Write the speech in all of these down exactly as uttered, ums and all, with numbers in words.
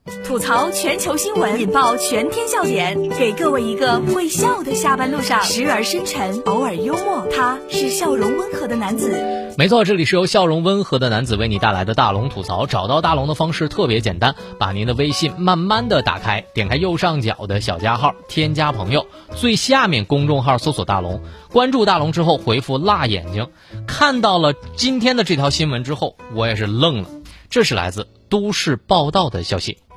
吐槽全球新闻，引爆全天笑点，给各位一个会笑的下班路上，时而深沉，偶尔幽默，他是笑容温和的男子。 没错，这里是由笑容温和的男子为你带来的大龙吐槽。找到大龙的方式特别简单，把您的微信慢慢的打开，点开右上角的小加号，添加朋友，最下面公众号搜索大龙，关注大龙之后回复辣眼睛。看到了今天的这条新闻之后，我也是愣了，这是来自都市报道的消息。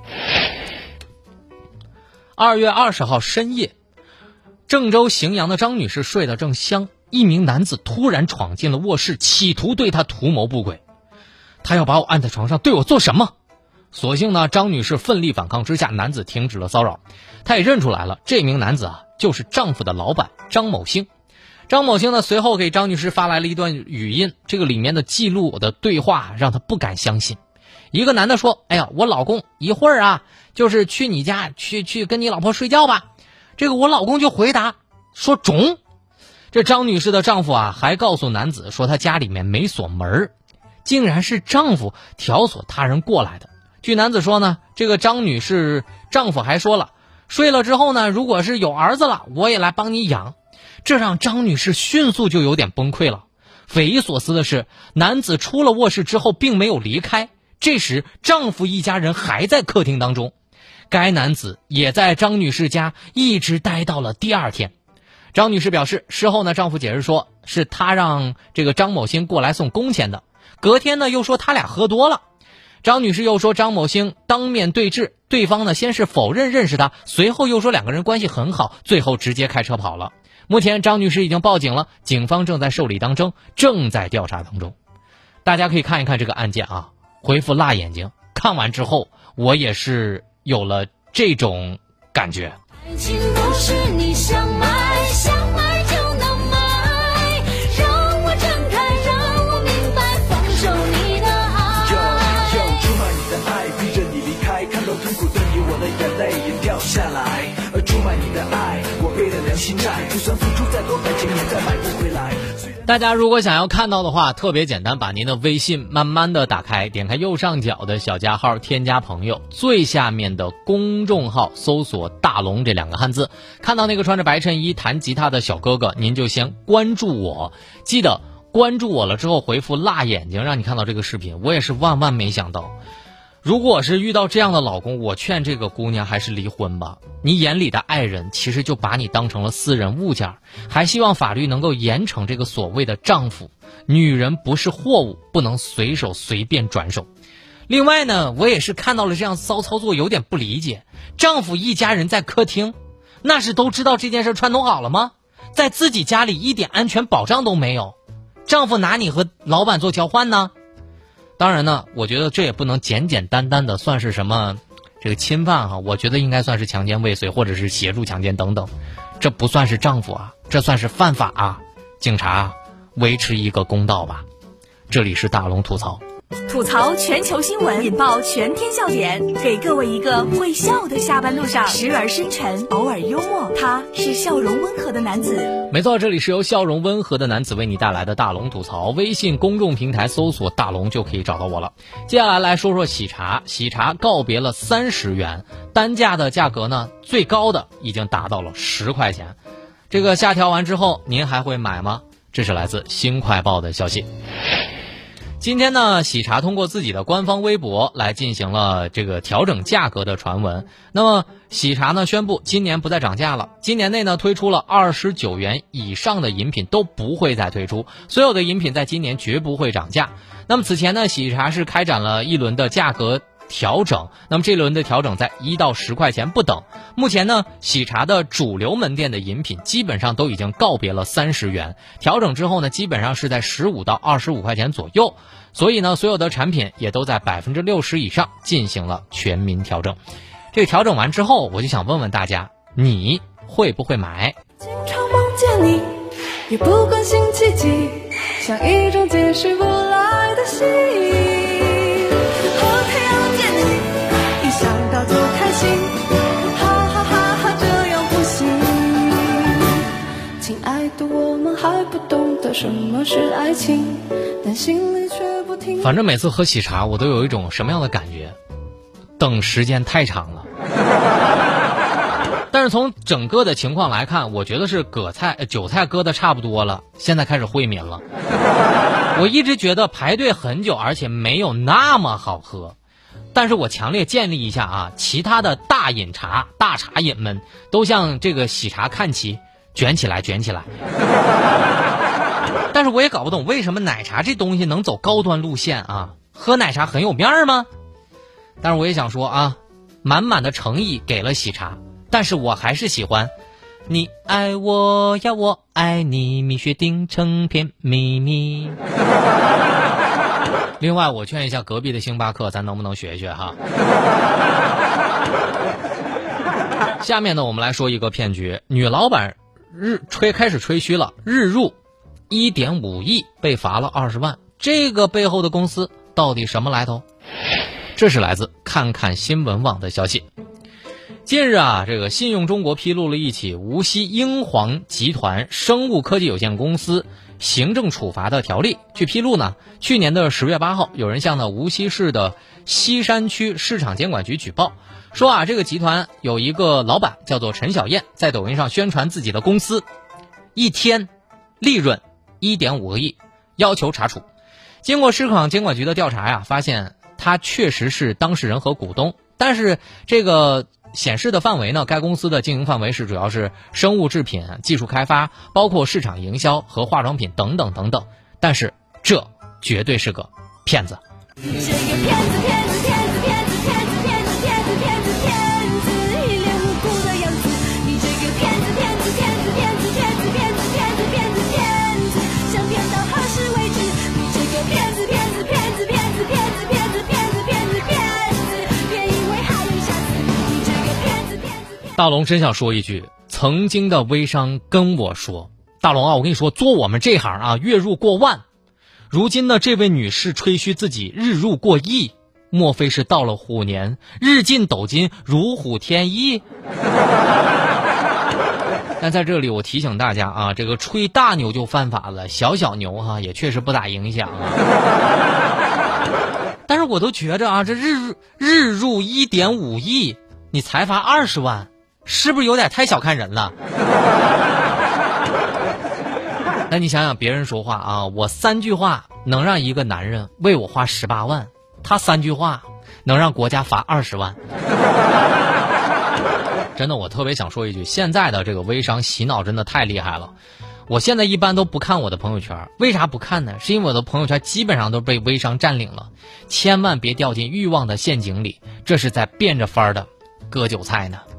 二月二十号深夜，郑州荥阳的张女士睡得正香，一名男子突然闯进了卧室，企图对她图谋不轨。他要把我按在床上，对我做什么？所幸呢，张女士奋力反抗之下，男子停止了骚扰。她也认出来了，这名男子啊，就是丈夫的老板张某星。张某星呢，随后给张女士发来了一段语音，这个里面的记录的对话让她不敢相信。一个男的说：“哎呀，我老公一会儿啊，就是去你家去去跟你老婆睡觉吧。”这个我老公就回答说：“中。”这张女士的丈夫啊，还告诉男子说他家里面没锁门，竟然是丈夫挑唆他人过来的。据男子说呢，这个张女士丈夫还说了，睡了之后呢，如果是有儿子了，我也来帮你养。这让张女士迅速就有点崩溃了。匪夷所思的是，男子出了卧室之后并没有离开，这时丈夫一家人还在客厅当中。该男子也在张女士家一直待到了第二天。张女士表示，事后呢，丈夫解释说是他让这个张某星过来送工钱的。隔天呢，又说他俩喝多了。张女士又说张某星当面对质，对方呢先是否认认识他，随后又说两个人关系很好，最后直接开车跑了。目前张女士已经报警了，警方正在受理当中，正在调查当中。大家可以看一看这个案件啊，回复辣眼睛。看完之后，我也是有了这种感觉。 爱情不是你想买想买就能买，让我睁开，让我明白，放手你的爱。 yo yo 出卖你的爱，逼着你离开，看到痛苦的你，我的眼泪也掉下来。而出卖你的爱，我背了良心债，就算付出再多感情，也再买不回来。 大家如果想要看到的话，特别简单，把您的微信慢慢的打开，点开右上角的小加号，添加朋友，最下面的公众号搜索大龙这两个汉字，看到那个穿着白衬衣弹吉他的小哥哥，您就先关注我，记得关注我了之后回复辣眼睛，让你看到这个视频。我也是万万没想到，如果是遇到这样的老公，我劝这个姑娘还是离婚吧。你眼里的爱人其实就把你当成了私人物件，还希望法律能够严惩这个所谓的丈夫。女人不是货物，不能随手随便转手。另外呢，我也是看到了这样骚操作，有点不理解。丈夫一家人在客厅，那是都知道这件事串通好了吗？在自己家里一点安全保障都没有，丈夫拿你和老板做交换呢？当然呢，我觉得这也不能简简单单的算是什么这个侵犯哈，我觉得应该算是强奸未遂或者是协助强奸等等，这不算是丈夫啊，这算是犯法啊！警察维持一个公道吧。这里是大龙吐槽， 吐槽全球新闻，引爆全天笑点，给各位一个会笑的下班路上，时而深沉，偶尔幽默，他是笑容温和的男子。 没错，这里是由笑容温和的男子为你带来的大龙吐槽，微信公众平台搜索大龙就可以找到我了。接下来来说说喜茶，喜茶告别了三十元，单价的价格呢，最高的已经达到了十块钱。这个下调完之后，您还会买吗？这是来自新快报的消息。今天呢，喜茶通过自己的官方微博来进行了这个调整价格的传闻。那么喜茶呢宣布今年不再涨价了，今年内呢推出了二十九元以上的饮品都不会再推出，所有的饮品在今年绝不会涨价。那么此前呢，喜茶是开展了一轮的价格调整，那么这轮的调整在一到十块钱不等。目前呢，喜茶的主流门店的饮品基本上都已经告别了三十元，调整之后呢，基本上是在十五到二十五块钱左右。所以呢，所有的产品也都在百分之六十以上进行了全民调整。这个调整完之后，我就想问问大家，你会不会买？ 经常梦见你，也不关心奇迹，像一种解释不来的吸引。和太阳见你，一想到就开心，哈哈哈哈，这样不行。亲爱的，我们还不懂得什么是爱情，但心里却不停。 反正每次喝喜茶，我都有一种什么样的感觉？ 等时间太长了。但是从整个的情况来看，我觉得是葛菜、呃、韭菜割的差不多了，现在开始惠民了。我一直觉得排队很久，而且没有那么好喝。但是我强烈建议一下啊，其他的大饮茶、大茶饮们都向这个喜茶看齐，卷起来，卷起来。但是我也搞不懂为什么奶茶这东西能走高端路线啊？喝奶茶很有面儿吗？但是我也想说啊，满满的诚意给了喜茶，但是我还是喜欢你爱我呀，我爱你，蜜雪冰城甜蜜蜜。另外我劝一下隔壁的星巴克，咱能不能学一学哈？下面呢，我们来说一个骗局。女老板日吹开始吹嘘了，日入 一点五亿，被罚了二十万。这个背后的公司到底什么来头？这是来自看看新闻网的消息。近日啊，这个信用中国披露了一起无锡英皇集团生物科技有限公司行政处罚的条例。据披露呢，去年的十月八号，有人向呢无锡市的西山区市场监管局举报，说啊，这个集团有一个老板叫做陈小燕，在抖音上宣传自己的公司，一天利润 一点五个亿，要求查处。经过市场监管局的调查呀，发现他确实是当事人和股东，但是这个显示的范围呢，该公司的经营范围是主要是生物制品、技术开发，包括市场营销和化妆品等等等等。但是这绝对是个骗子。 这个骗子骗子骗子骗子骗子骗子骗子骗子骗子，一脸无辜的样子。你这个骗子骗子骗子骗子骗子骗子骗子骗子骗子，想骗到何时为止？你这个骗子骗子骗子骗子骗子骗子骗子骗子骗子，别以为还有下次。你这个骗子骗子骗子。 大龙真想说一句，曾经的微商跟我说，大龙啊，我跟你说，做我们这行啊，月入过万。如今呢，这位女士吹嘘自己日入过亿，莫非是到了虎年，日进斗金，如虎添翼？但在这里我提醒大家啊，这个吹大牛就犯法了，小小牛哈、啊、也确实不咋影响啊。但是我都觉着啊，这日日入 一点五亿，你才罚二十万，是不是有点太小看人了？那你想想别人说话啊，我三句话能让一个男人为我花十八万，他三句话能让国家罚二十万。真的，我特别想说一句，现在的这个微商洗脑真的太厉害了。我现在一般都不看我的朋友圈，为啥不看呢？是因为我的朋友圈基本上都被微商占领了。千万别掉进欲望的陷阱里，这是在变着法儿的割韭菜呢。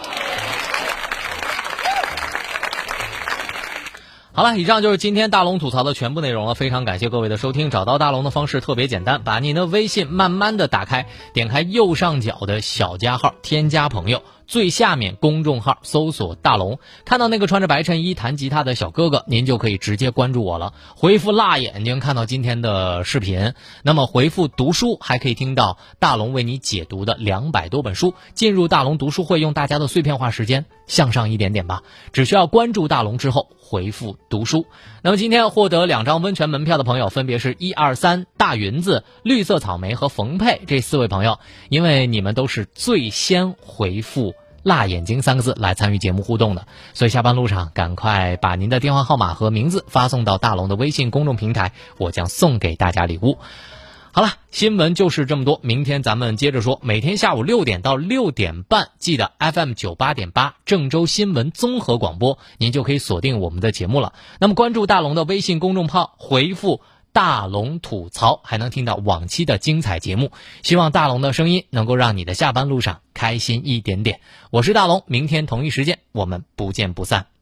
好了，以上就是今天大龙吐槽的全部内容了，非常感谢各位的收听。找到大龙的方式特别简单，把您的微信慢慢的打开，点开右上角的小加号，添加朋友，最下面公众号搜索大龙，看到那个穿着白衬衣弹吉他的小哥哥，您就可以直接关注我了。回复辣眼睛看到今天的视频，那么回复读书还可以听到大龙为你解读的两百多本书。进入大龙读书会，用大家的碎片化时间向上一点点吧，只需要关注大龙之后回复读书。那么今天获得两张温泉门票的朋友分别是一二三大云子、绿色草莓和冯佩这四位朋友，因为你们都是最先回复辣眼睛三个字来参与节目互动的，所以下班路上赶快把您的电话号码和名字发送到大龙的微信公众平台，我将送给大家礼物。好了，新闻就是这么多，明天咱们接着说。每天下午六点到六点半，记得 F M 九十八点八 郑州新闻综合广播，您就可以锁定我们的节目了。那么关注大龙的微信公众号，回复大龙吐槽，还能听到往期的精彩节目。希望大龙的声音能够让你的下班路上开心一点点。我是大龙，明天同一时间我们不见不散。